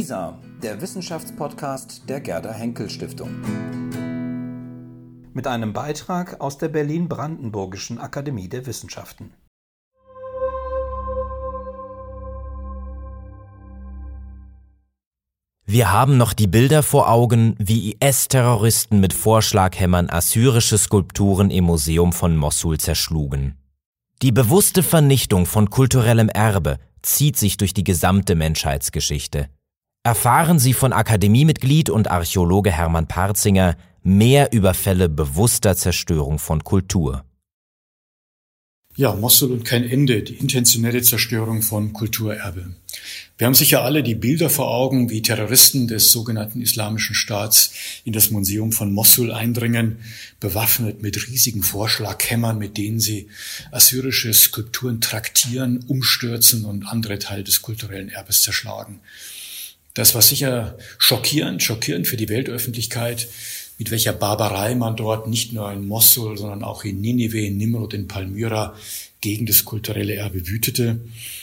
WISA, der Wissenschaftspodcast der Gerda Henkel Stiftung. Mit einem Beitrag aus der Berlin-Brandenburgischen Akademie der Wissenschaften. Wir haben noch die Bilder vor Augen, wie IS-Terroristen mit Vorschlaghämmern assyrische Skulpturen im Museum von Mossul zerschlugen. Die bewusste Vernichtung von kulturellem Erbe zieht sich durch die gesamte Menschheitsgeschichte. Erfahren Sie von Akademiemitglied und Archäologe Hermann Parzinger mehr über Fälle bewusster Zerstörung von Kultur. Ja, Mossul und kein Ende, die intentionelle Zerstörung von Kulturerbe. Wir haben sicher alle die Bilder vor Augen, wie Terroristen des sogenannten Islamischen Staats in das Museum von Mossul eindringen, bewaffnet mit riesigen Vorschlaghämmern, mit denen sie assyrische Skulpturen traktieren, umstürzen und andere Teile des kulturellen Erbes zerschlagen. Das war sicher schockierend für die Weltöffentlichkeit, mit welcher Barbarei man dort nicht nur in Mossul, sondern auch in Ninive, in Nimrod, in Palmyra gegen das kulturelle Erbe wütete.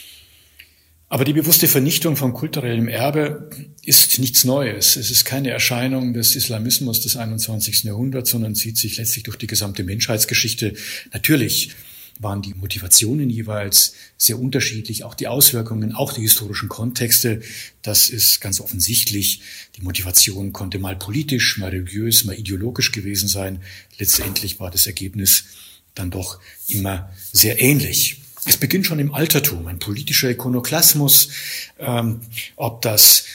Aber die bewusste Vernichtung von kulturellem Erbe ist nichts Neues. Es ist keine Erscheinung des Islamismus des 21. Jahrhunderts, sondern zieht sich letztlich durch die gesamte Menschheitsgeschichte. Natürlich waren die Motivationen jeweils sehr unterschiedlich, auch die Auswirkungen, auch die historischen Kontexte. Das ist ganz offensichtlich. Die Motivation konnte mal politisch, mal religiös, mal ideologisch gewesen sein. Letztendlich war das Ergebnis dann doch immer sehr ähnlich. Es beginnt schon im Altertum, ein politischer Ikonoklasmus, ob das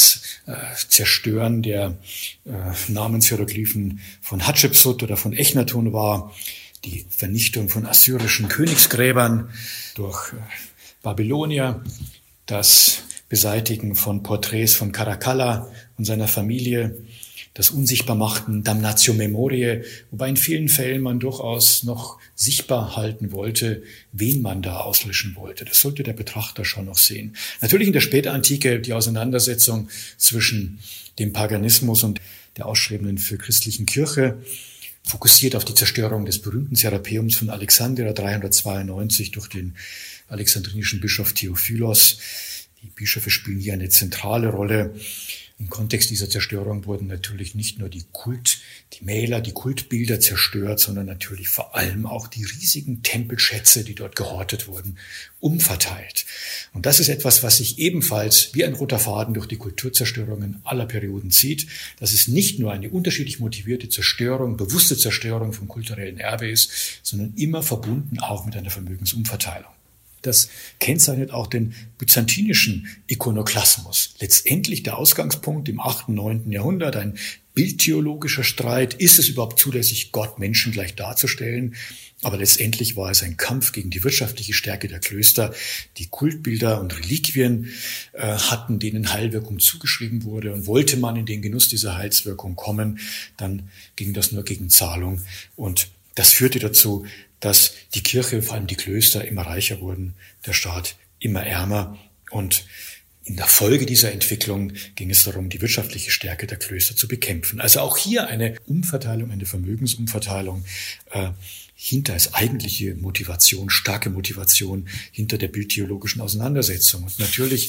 Zerstören der Namenshieroglyphen von Hatschepsut oder von Echnatun war, die Vernichtung von assyrischen Königsgräbern durch Babylonier, das Beseitigen von Porträts von Caracalla und seiner Familie, das Unsichtbarmachen, Damnatio Memoriae, wobei in vielen Fällen man durchaus noch sichtbar halten wollte, wen man da auslöschen wollte. Das sollte der Betrachter schon noch sehen. Natürlich in der Spätantike die Auseinandersetzung zwischen dem Paganismus und der ausstrebenden für christlichen Kirche, fokussiert auf die Zerstörung des berühmten Serapeums von Alexandria 392 durch den alexandrinischen Bischof Theophilos. Die Bischöfe spielen hier eine zentrale Rolle. Im Kontext dieser Zerstörung wurden natürlich nicht nur die Mäler, die Kultbilder zerstört, sondern natürlich vor allem auch die riesigen Tempelschätze, die dort gehortet wurden, umverteilt. Und das ist etwas, was sich ebenfalls wie ein roter Faden durch die Kulturzerstörungen aller Perioden zieht, dass es nicht nur eine unterschiedlich motivierte Zerstörung, bewusste Zerstörung vom kulturellen Erbe ist, sondern immer verbunden auch mit einer Vermögensumverteilung. Das kennzeichnet auch den byzantinischen Ikonoklasmus. Letztendlich der Ausgangspunkt im 8. und 9. Jahrhundert, ein bildtheologischer Streit. Ist es überhaupt zulässig, Gott menschengleich darzustellen? Aber letztendlich war es ein Kampf gegen die wirtschaftliche Stärke der Klöster, die Kultbilder und Reliquien hatten, denen Heilwirkung zugeschrieben wurde. Und wollte man in den Genuss dieser Heilswirkung kommen, dann ging das nur gegen Zahlung. Und das führte dazu, dass die Kirche, vor allem die Klöster, immer reicher wurden, der Staat immer ärmer. Und in der Folge dieser Entwicklung ging es darum, die wirtschaftliche Stärke der Klöster zu bekämpfen. Also auch hier eine Umverteilung, eine Vermögensumverteilung. Hinter ist eigentliche Motivation, starke Motivation hinter der bildtheologischen Auseinandersetzung. Und natürlich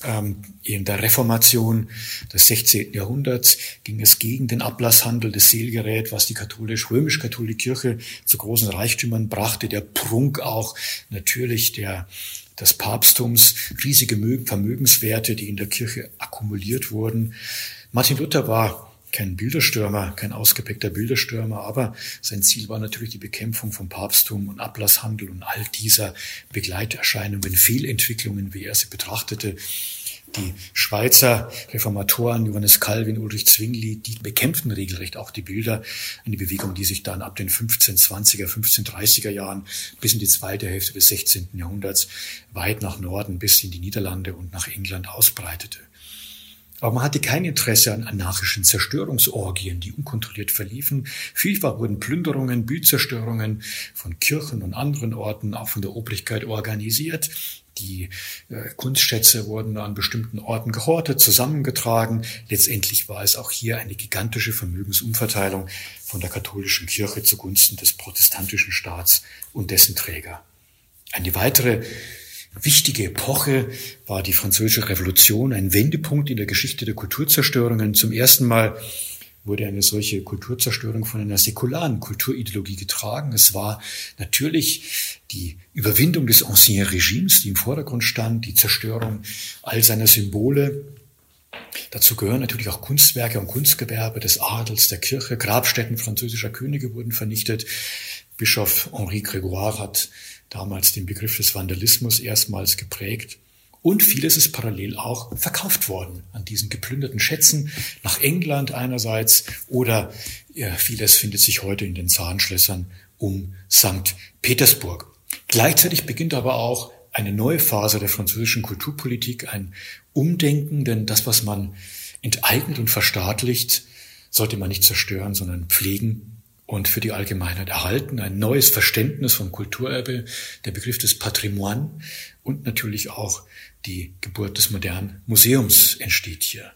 in der Reformation des 16. Jahrhunderts ging es gegen den Ablasshandel, des Seelgerät, was die römisch-katholische Kirche zu großen Reichtümern brachte. Der Prunk auch natürlich des Papsttums, riesige Vermögenswerte, die in der Kirche akkumuliert wurden. Martin Luther war kein Bilderstürmer, kein ausgeprägter Bilderstürmer, aber sein Ziel war natürlich die Bekämpfung vom Papsttum und Ablasshandel und all dieser Begleiterscheinungen, Fehlentwicklungen, wie er sie betrachtete. Die Schweizer Reformatoren, Johannes Calvin, Ulrich Zwingli, die bekämpften regelrecht auch die Bilder. Eine Bewegung, die sich dann ab den 1520er, 1530er Jahren bis in die zweite Hälfte des 16. Jahrhunderts weit nach Norden bis in die Niederlande und nach England ausbreitete. Aber man hatte kein Interesse an anarchischen Zerstörungsorgien, die unkontrolliert verliefen. Vielfach wurden Plünderungen, Bildzerstörungen von Kirchen und anderen Orten, auch von der Obrigkeit organisiert. Die Kunstschätze wurden an bestimmten Orten gehortet, zusammengetragen. Letztendlich war es auch hier eine gigantische Vermögensumverteilung von der katholischen Kirche zugunsten des protestantischen Staats und dessen Träger. Eine weitere wichtige Epoche war die Französische Revolution, ein Wendepunkt in der Geschichte der Kulturzerstörungen. Zum ersten Mal wurde eine solche Kulturzerstörung von einer säkularen Kulturideologie getragen. Es war natürlich die Überwindung des Ancien Regimes, die im Vordergrund stand, die Zerstörung all seiner Symbole. Dazu gehören natürlich auch Kunstwerke und Kunstgewerbe des Adels, der Kirche. Grabstätten französischer Könige wurden vernichtet. Bischof Henri Grégoire hat damals den Begriff des Vandalismus erstmals geprägt. Und vieles ist parallel auch verkauft worden an diesen geplünderten Schätzen nach England einerseits oder vieles findet sich heute in den Zahnschlössern um St. Petersburg. Gleichzeitig beginnt aber auch eine neue Phase der französischen Kulturpolitik, ein Umdenken, denn das, was man enteignet und verstaatlicht, sollte man nicht zerstören, sondern pflegen und für die Allgemeinheit erhalten. Ein neues Verständnis von Kulturerbe, der Begriff des Patrimoine und natürlich auch die Geburt des modernen Museums entsteht hier.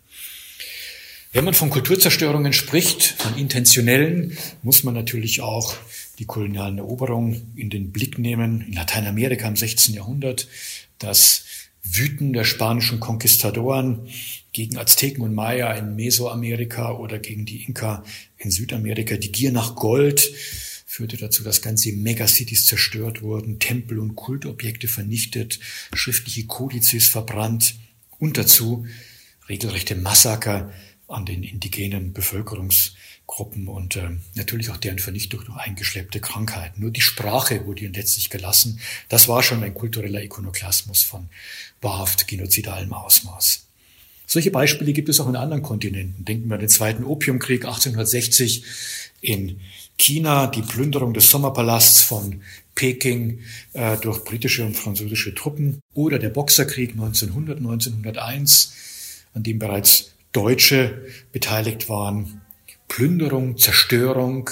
Wenn man von Kulturzerstörungen spricht, von intentionellen, muss man natürlich auch die kolonialen Eroberungen in den Blick nehmen. In Lateinamerika im 16. Jahrhundert das Wüten der spanischen Konquistadoren gegen Azteken und Maya in Mesoamerika oder gegen die Inka in Südamerika. Die Gier nach Gold führte dazu, dass ganze Megacities zerstört wurden, Tempel und Kultobjekte vernichtet, schriftliche Kodizes verbrannt und dazu regelrechte Massaker an den indigenen Bevölkerungsgruppen und natürlich auch deren Vernichtung durch eingeschleppte Krankheiten. Nur die Sprache wurde ihnen letztlich gelassen. Das war schon ein kultureller Ikonoklasmus von wahrhaft genozidalem Ausmaß. Solche Beispiele gibt es auch in anderen Kontinenten. Denken wir an den Zweiten Opiumkrieg 1860 in China, die Plünderung des Sommerpalasts von Peking durch britische und französische Truppen oder der Boxerkrieg 1901, an dem bereits Deutsche beteiligt waren. Plünderung, Zerstörung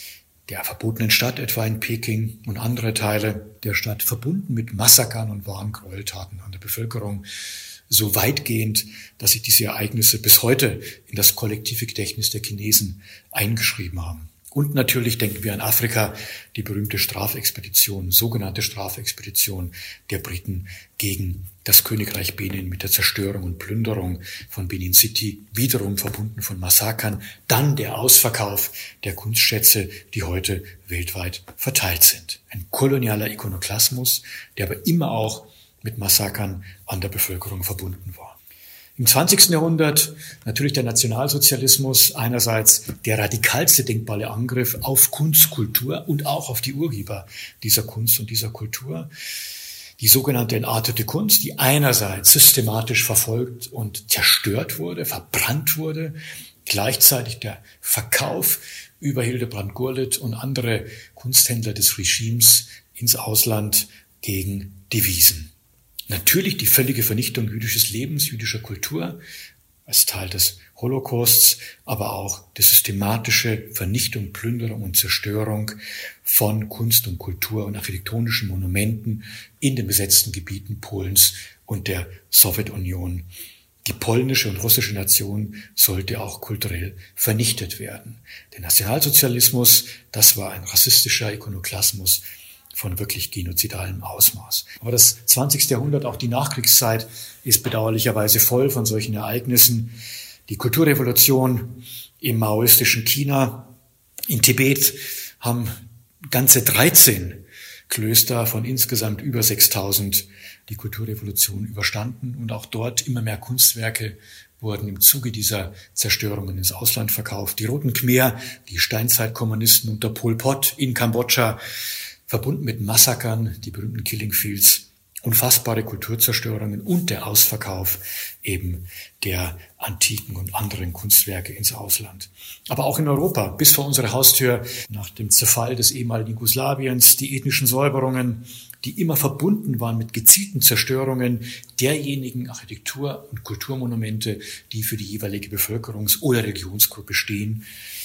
der verbotenen Stadt etwa in Peking und andere Teile der Stadt, verbunden mit Massakern und wahren Gräueltaten an der Bevölkerung, so weitgehend, dass sich diese Ereignisse bis heute in das kollektive Gedächtnis der Chinesen eingeschrieben haben. Und natürlich denken wir an Afrika, die berühmte Strafexpedition, sogenannte Strafexpedition der Briten gegen das Königreich Benin mit der Zerstörung und Plünderung von Benin City, wiederum verbunden von Massakern, dann der Ausverkauf der Kunstschätze, die heute weltweit verteilt sind. Ein kolonialer Ikonoklasmus, der aber immer auch mit Massakern an der Bevölkerung verbunden war. Im 20. Jahrhundert natürlich der Nationalsozialismus, einerseits der radikalste denkbare Angriff auf Kunst, Kultur und auch auf die Urheber dieser Kunst und dieser Kultur. Die sogenannte entartete Kunst, die einerseits systematisch verfolgt und zerstört wurde, verbrannt wurde, gleichzeitig der Verkauf über Hildebrand Gurlitt und andere Kunsthändler des Regimes ins Ausland gegen Devisen. Natürlich die völlige Vernichtung jüdisches Lebens, jüdischer Kultur als Teil des Holocausts, aber auch die systematische Vernichtung, Plünderung und Zerstörung von Kunst und Kultur und architektonischen Monumenten in den besetzten Gebieten Polens und der Sowjetunion. Die polnische und russische Nation sollte auch kulturell vernichtet werden. Der Nationalsozialismus, das war ein rassistischer Ikonoklasmus von wirklich genozidalem Ausmaß. Aber das 20. Jahrhundert, auch die Nachkriegszeit, ist bedauerlicherweise voll von solchen Ereignissen. Die Kulturrevolution im maoistischen China, in Tibet haben ganze 13 Klöster von insgesamt über 6.000 die Kulturrevolution überstanden und auch dort immer mehr Kunstwerke wurden im Zuge dieser Zerstörungen ins Ausland verkauft. Die Roten Khmer, die Steinzeitkommunisten unter Pol Pot in Kambodscha, verbunden mit Massakern, die berühmten Killing Fields, unfassbare Kulturzerstörungen und der Ausverkauf eben der antiken und anderen Kunstwerke ins Ausland. Aber auch in Europa, bis vor unsere Haustür, nach dem Zerfall des ehemaligen Jugoslawiens, die ethnischen Säuberungen, die immer verbunden waren mit gezielten Zerstörungen derjenigen Architektur- und Kulturmonumente, die für die jeweilige Bevölkerungs- oder Religionsgruppe stehen.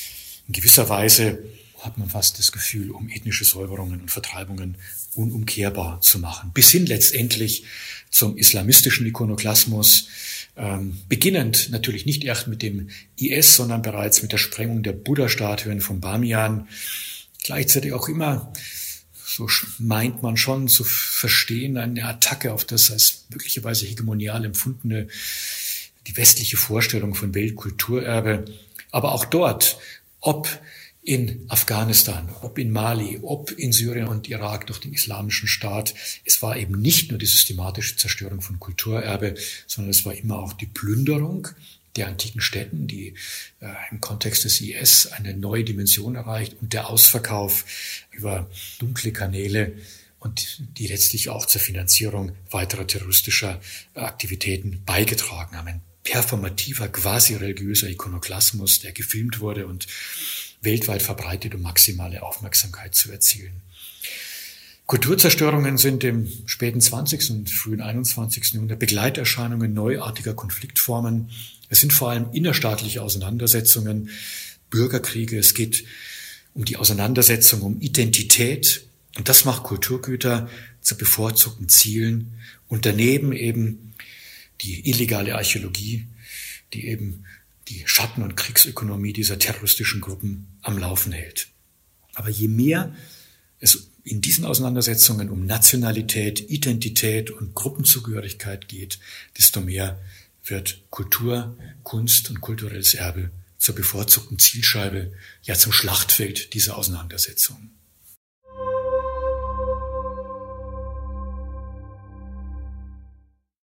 In gewisser Weise hat man fast das Gefühl, um ethnische Säuberungen und Vertreibungen unumkehrbar zu machen. Bis hin letztendlich zum islamistischen Ikonoklasmus, beginnend natürlich nicht erst mit dem IS, sondern bereits mit der Sprengung der Buddha-Statuen von Bamiyan. Gleichzeitig auch immer so meint man schon zu verstehen, eine Attacke auf das als möglicherweise hegemonial empfundene, die westliche Vorstellung von Weltkulturerbe. Aber auch dort, ob in Afghanistan, ob in Mali, ob in Syrien und Irak durch den Islamischen Staat, es war eben nicht nur die systematische Zerstörung von Kulturerbe, sondern es war immer auch die Plünderung der antiken Städten, die im Kontext des IS eine neue Dimension erreicht, und der Ausverkauf über dunkle Kanäle und die letztlich auch zur Finanzierung weiterer terroristischer Aktivitäten beigetragen haben. Ein performativer, quasi religiöser Ikonoklasmus, der gefilmt wurde und weltweit verbreitet, um maximale Aufmerksamkeit zu erzielen. Kulturzerstörungen sind im späten 20. und frühen 21. Jahrhundert Begleiterscheinungen neuartiger Konfliktformen. Es sind vor allem innerstaatliche Auseinandersetzungen, Bürgerkriege. Es geht um die Auseinandersetzung um Identität. Und das macht Kulturgüter zu bevorzugten Zielen. Und daneben eben die illegale Archäologie, die eben die Schatten- und Kriegsökonomie dieser terroristischen Gruppen am Laufen hält. Aber je mehr es in diesen Auseinandersetzungen um Nationalität, Identität und Gruppenzugehörigkeit geht, desto mehr wird Kultur, Kunst und kulturelles Erbe zur bevorzugten Zielscheibe, ja zum Schlachtfeld dieser Auseinandersetzungen.